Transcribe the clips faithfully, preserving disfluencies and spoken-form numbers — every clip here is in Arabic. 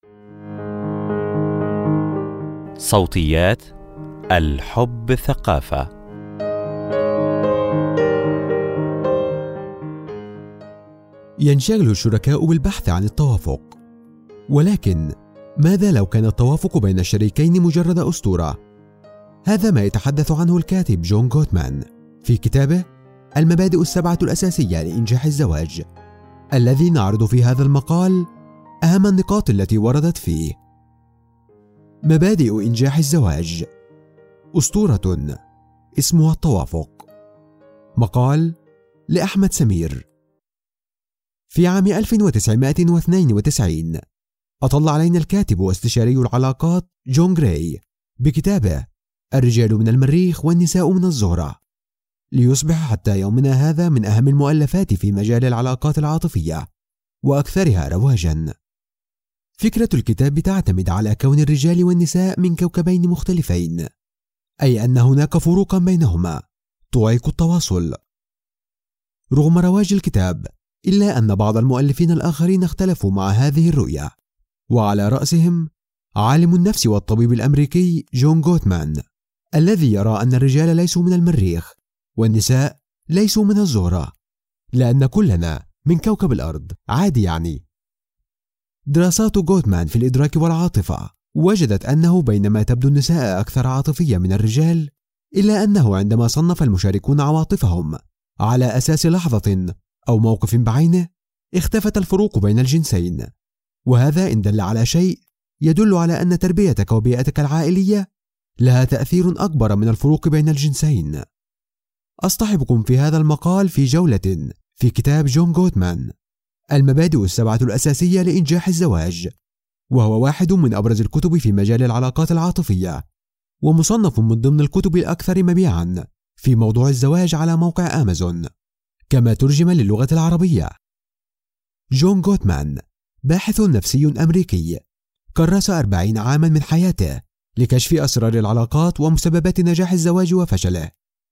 صوتيات الحب ثقافة. ينشغل الشركاء بالبحث عن التوافق، ولكن ماذا لو كان التوافق بين الشريكين مجرد أسطورة؟ هذا ما يتحدث عنه الكاتب جون غوتمان في كتابه المبادئ السبعة الأساسية لإنجاح الزواج، الذي نعرض في هذا المقال أهم النقاط التي وردت فيه. مبادئ إنجاح الزواج. أسطورة اسمها التوافق. مقال لأحمد سمير. في عام ألف وتسعمائة واثنين وتسعين أطل علينا الكاتب واستشاري العلاقات جون جراي بكتابه الرجال من المريخ والنساء من الزهرة، ليصبح حتى يومنا هذا من أهم المؤلفات في مجال العلاقات العاطفية وأكثرها رواجاً. فكرة الكتاب تعتمد على كون الرجال والنساء من كوكبين مختلفين، أي أن هناك فروقاً بينهما تعيق التواصل. رغم رواج الكتاب، إلا أن بعض المؤلفين الآخرين اختلفوا مع هذه الرؤية، وعلى رأسهم عالم النفس والطبيب الأمريكي جون غوتمان، الذي يرى أن الرجال ليسوا من المريخ والنساء ليسوا من الزهرة، لأن كلنا من كوكب الأرض عادي. يعني دراسات غوتمان في الإدراك والعاطفة وجدت أنه بينما تبدو النساء أكثر عاطفية من الرجال، إلا أنه عندما صنف المشاركون عواطفهم على أساس لحظة أو موقف بعينه، اختفت الفروق بين الجنسين. وهذا إن دل على شيء يدل على أن تربيتك وبيئتك العائلية لها تأثير أكبر من الفروق بين الجنسين. أصطحبكم في هذا المقال في جولة في كتاب جون غوتمان المبادئ السبعة الأساسية لإنجاح الزواج، وهو واحد من أبرز الكتب في مجال العلاقات العاطفية، ومصنف من ضمن الكتب الأكثر مبيعاً في موضوع الزواج على موقع أمازون، كما ترجم للغة العربية. جون غوتمان باحث نفسي أمريكي كرس أربعين عاماً من حياته لكشف أسرار العلاقات ومسببات نجاح الزواج وفشله.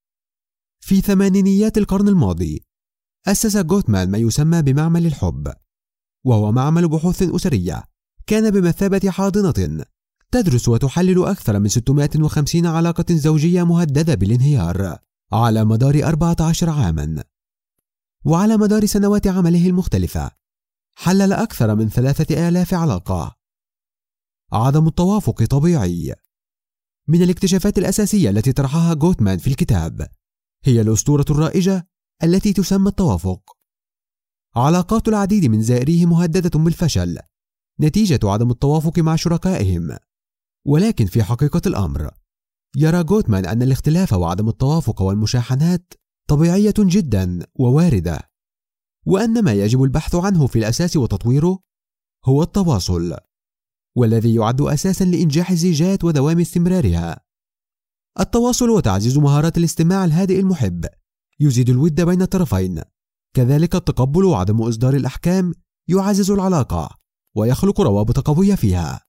في ثمانينيات القرن الماضي أسس غوتمان ما يسمى بمعمل الحب، وهو معمل بحوث أسرية كان بمثابة حاضنة تدرس وتحلل أكثر من ستمائة وخمسين علاقة زوجية مهددة بالانهيار على مدار أربعة عشر عاماً. وعلى مدار سنوات عمله المختلفة حلل أكثر من ثلاثة آلاف علاقة. عدم التوافق طبيعي. من الاكتشافات الأساسية التي طرحها غوتمان في الكتاب هي الأسطورة الرائجة التي تسمى التوافق. علاقات العديد من زائريه مهددة بالفشل نتيجة عدم التوافق مع شركائهم، ولكن في حقيقة الأمر يرى غوتمان أن الاختلاف وعدم التوافق والمشاحنات طبيعية جدا وواردة، وأن ما يجب البحث عنه في الأساس وتطويره هو التواصل، والذي يعد أساسا لإنجاح الزيجات ودوام استمرارها. التواصل وتعزيز مهارات الاستماع الهادئ المحب يزيد الود بين الطرفين، كذلك التقبل وعدم إصدار الأحكام يعزز العلاقة ويخلق روابط قوية فيها.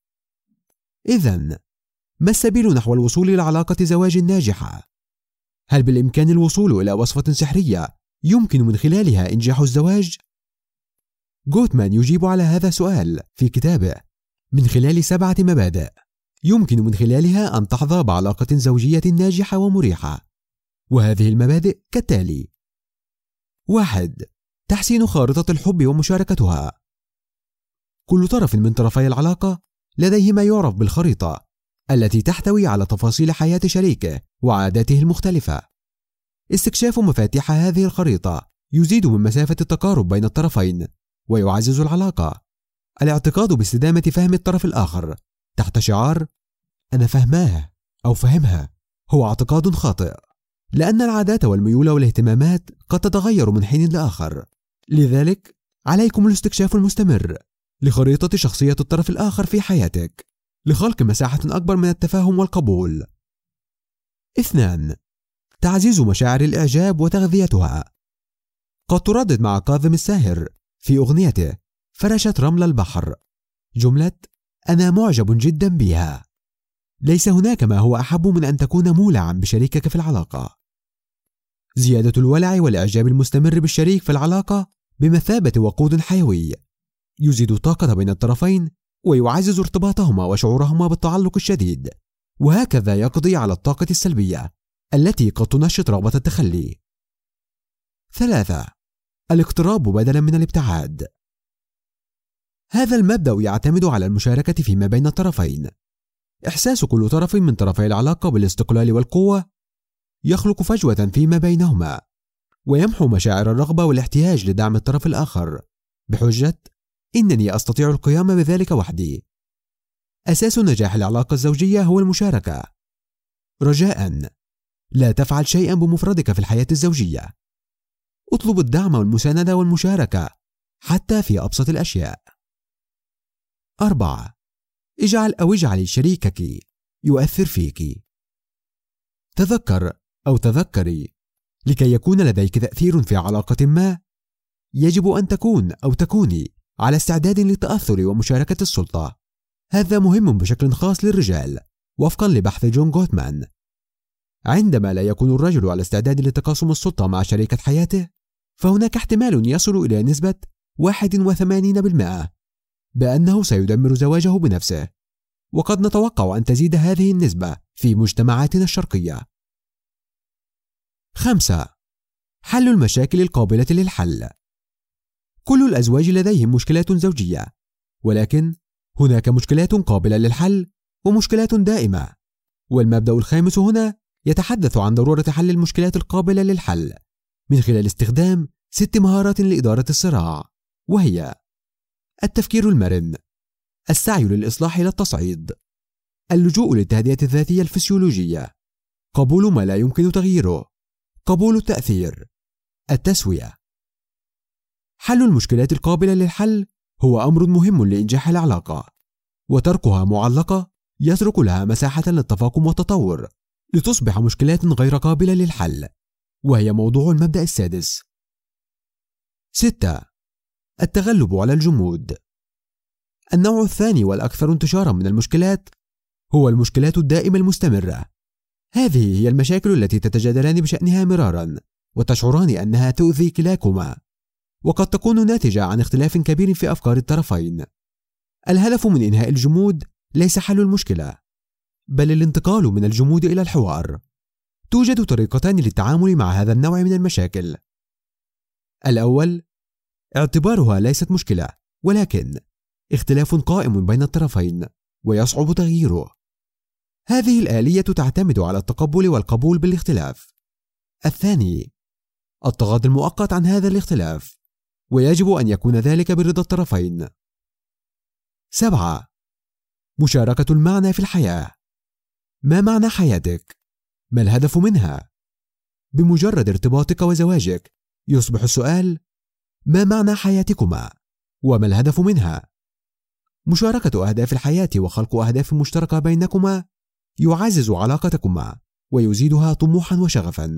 إذن ما السبيل نحو الوصول إلى علاقة زواج ناجحة؟ هل بالإمكان الوصول إلى وصفة سحرية يمكن من خلالها إنجاح الزواج؟ غوتمان يجيب على هذا السؤال في كتابه من خلال سبعة مبادئ يمكن من خلالها أن تحظى بعلاقة زوجية ناجحة ومريحة، وهذه المبادئ كالتالي: واحد. تحسين خارطة الحب ومشاركتها. كل طرف من طرفي العلاقة لديه ما يعرف بالخريطة، التي تحتوي على تفاصيل حياة شريكه وعاداته المختلفة. استكشاف مفاتيح هذه الخريطة يزيد من مسافة التقارب بين الطرفين ويعزز العلاقة. الاعتقاد باستدامة فهم الطرف الآخر تحت شعار أنا فهماه أو فهمها هو اعتقاد خاطئ، لأن العادات والميول والاهتمامات قد تتغير من حين لآخر. لذلك عليكم الاستكشاف المستمر لخريطة شخصية الطرف الآخر في حياتك لخلق مساحة أكبر من التفاهم والقبول. اثنان. تعزيز مشاعر الإعجاب وتغذيتها. قد تردد مع كاظم الساهر في أغنيته فرشت رمل البحر جملة أنا معجب جدا بها. ليس هناك ما هو أحب من أن تكون مولعا بشريكك في العلاقة. زيادة الولع والإعجاب المستمر بالشريك في العلاقة بمثابة وقود حيوي يزيد الطاقة بين الطرفين ويعزز ارتباطهما وشعورهما بالتعلق الشديد، وهكذا يقضي على الطاقة السلبية التي قد تنشط رغبة التخلي. ثلاثة. الاقتراب بدلا من الابتعاد. هذا المبدأ يعتمد على المشاركة فيما بين الطرفين. إحساس كل طرف من طرفي العلاقة بالاستقلال والقوة يخلق فجوة فيما بينهما، ويمحو مشاعر الرغبة والاحتياج لدعم الطرف الآخر بحجة إنني أستطيع القيام بذلك وحدي. أساس نجاح العلاقة الزوجية هو المشاركة. رجاءً، لا تفعل شيئاً بمفردك في الحياة الزوجية. اطلب الدعم والمساندة والمشاركة حتى في أبسط الأشياء. أربعة. اجعل أو اجعلي شريكك يؤثر فيك. تذكر أو تذكري، لكي يكون لديك تأثير في علاقة ما، يجب أن تكون أو تكوني على استعداد للتأثر ومشاركة السلطة. هذا مهم بشكل خاص للرجال وفقا لبحث جون غوتمان. عندما لا يكون الرجل على استعداد لتقاسم السلطة مع شريكة حياته، فهناك احتمال يصل إلى نسبة واحد وثمانين بالمئة بأنه سيدمر زواجه بنفسه، وقد نتوقع أن تزيد هذه النسبة في مجتمعاتنا الشرقية. خمسة. حل المشاكل القابلة للحل. كل الأزواج لديهم مشكلات زوجية، ولكن هناك مشكلات قابلة للحل ومشكلات دائمة. والمبدأ الخامس هنا يتحدث عن ضرورة حل المشكلات القابلة للحل من خلال استخدام ست مهارات لإدارة الصراع، وهي: التفكير المرن، السعي للإصلاح لا التصعيد، اللجوء للتهدئة الذاتية الفسيولوجية، قبول ما لا يمكن تغييره، قبول التأثير، التسوية. حل المشكلات القابلة للحل هو أمر مهم لإنجاح العلاقة، وتركها معلقة يترك لها مساحة للتفاقم والتطور لتصبح مشكلات غير قابلة للحل، وهي موضوع المبدأ السادس. ستة. التغلب على الجمود. النوع الثاني والأكثر انتشارا من المشكلات هو المشكلات الدائمة المستمرة. هذه هي المشاكل التي تتجادلان بشأنها مرارا وتشعران أنها تؤذي كلاكما، وقد تكون ناتجة عن اختلاف كبير في أفكار الطرفين. الهدف من إنهاء الجمود ليس حل المشكلة، بل الانتقال من الجمود إلى الحوار. توجد طريقتان للتعامل مع هذا النوع من المشاكل. الأول، اعتبارها ليست مشكلة ولكن اختلاف قائم بين الطرفين ويصعب تغييره. هذه الآلية تعتمد على التقبل والقبول بالاختلاف. الثاني، التغاضي المؤقت عن هذا الاختلاف، ويجب أن يكون ذلك برضا الطرفين. سبعة. مشاركة المعنى في الحياة. ما معنى حياتك؟ ما الهدف منها؟ بمجرد ارتباطك وزواجك يصبح السؤال: ما معنى حياتكما؟ وما الهدف منها؟ مشاركة أهداف الحياة وخلق أهداف مشتركة بينكما يعزز علاقتكما ويزيدها طموحا وشغفا.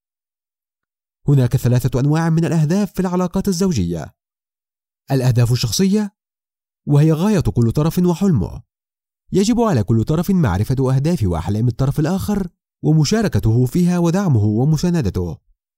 هناك ثلاثة أنواع من الأهداف في العلاقات الزوجية: الأهداف الشخصية، وهي غاية كل طرف وحلمه. يجب على كل طرف معرفة أهداف وأحلام الطرف الآخر ومشاركته فيها ودعمه ومساندته.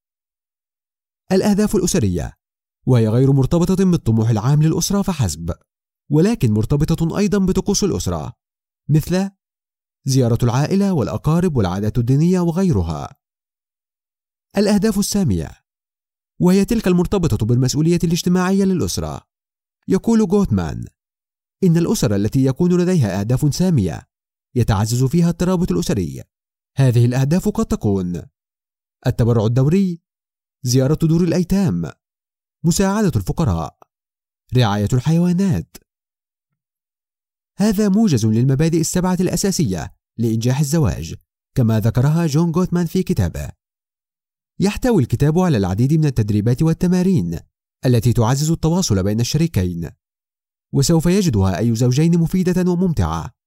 الأهداف الأسرية، وهي غير مرتبطة بالطموح العام للأسرة فحسب، ولكن مرتبطة أيضا بطقوس الأسرة مثل زيارة العائلة والأقارب والعادات الدينية وغيرها. الأهداف السامية، وهي تلك المرتبطة بالمسؤولية الاجتماعية للأسرة. يقول غوتمان إن الأسر التي يكون لديها أهداف سامية يتعزز فيها الترابط الأسري. هذه الأهداف قد تكون: التبرع الدوري، زيارة دور الأيتام، مساعدة الفقراء، رعاية الحيوانات. هذا موجز للمبادئ السبعة الأساسية لإنجاح الزواج كما ذكرها جون غوتمان في كتابه. يحتوي الكتاب على العديد من التدريبات والتمارين التي تعزز التواصل بين الشريكين، وسوف يجدها أي زوجين مفيدة وممتعة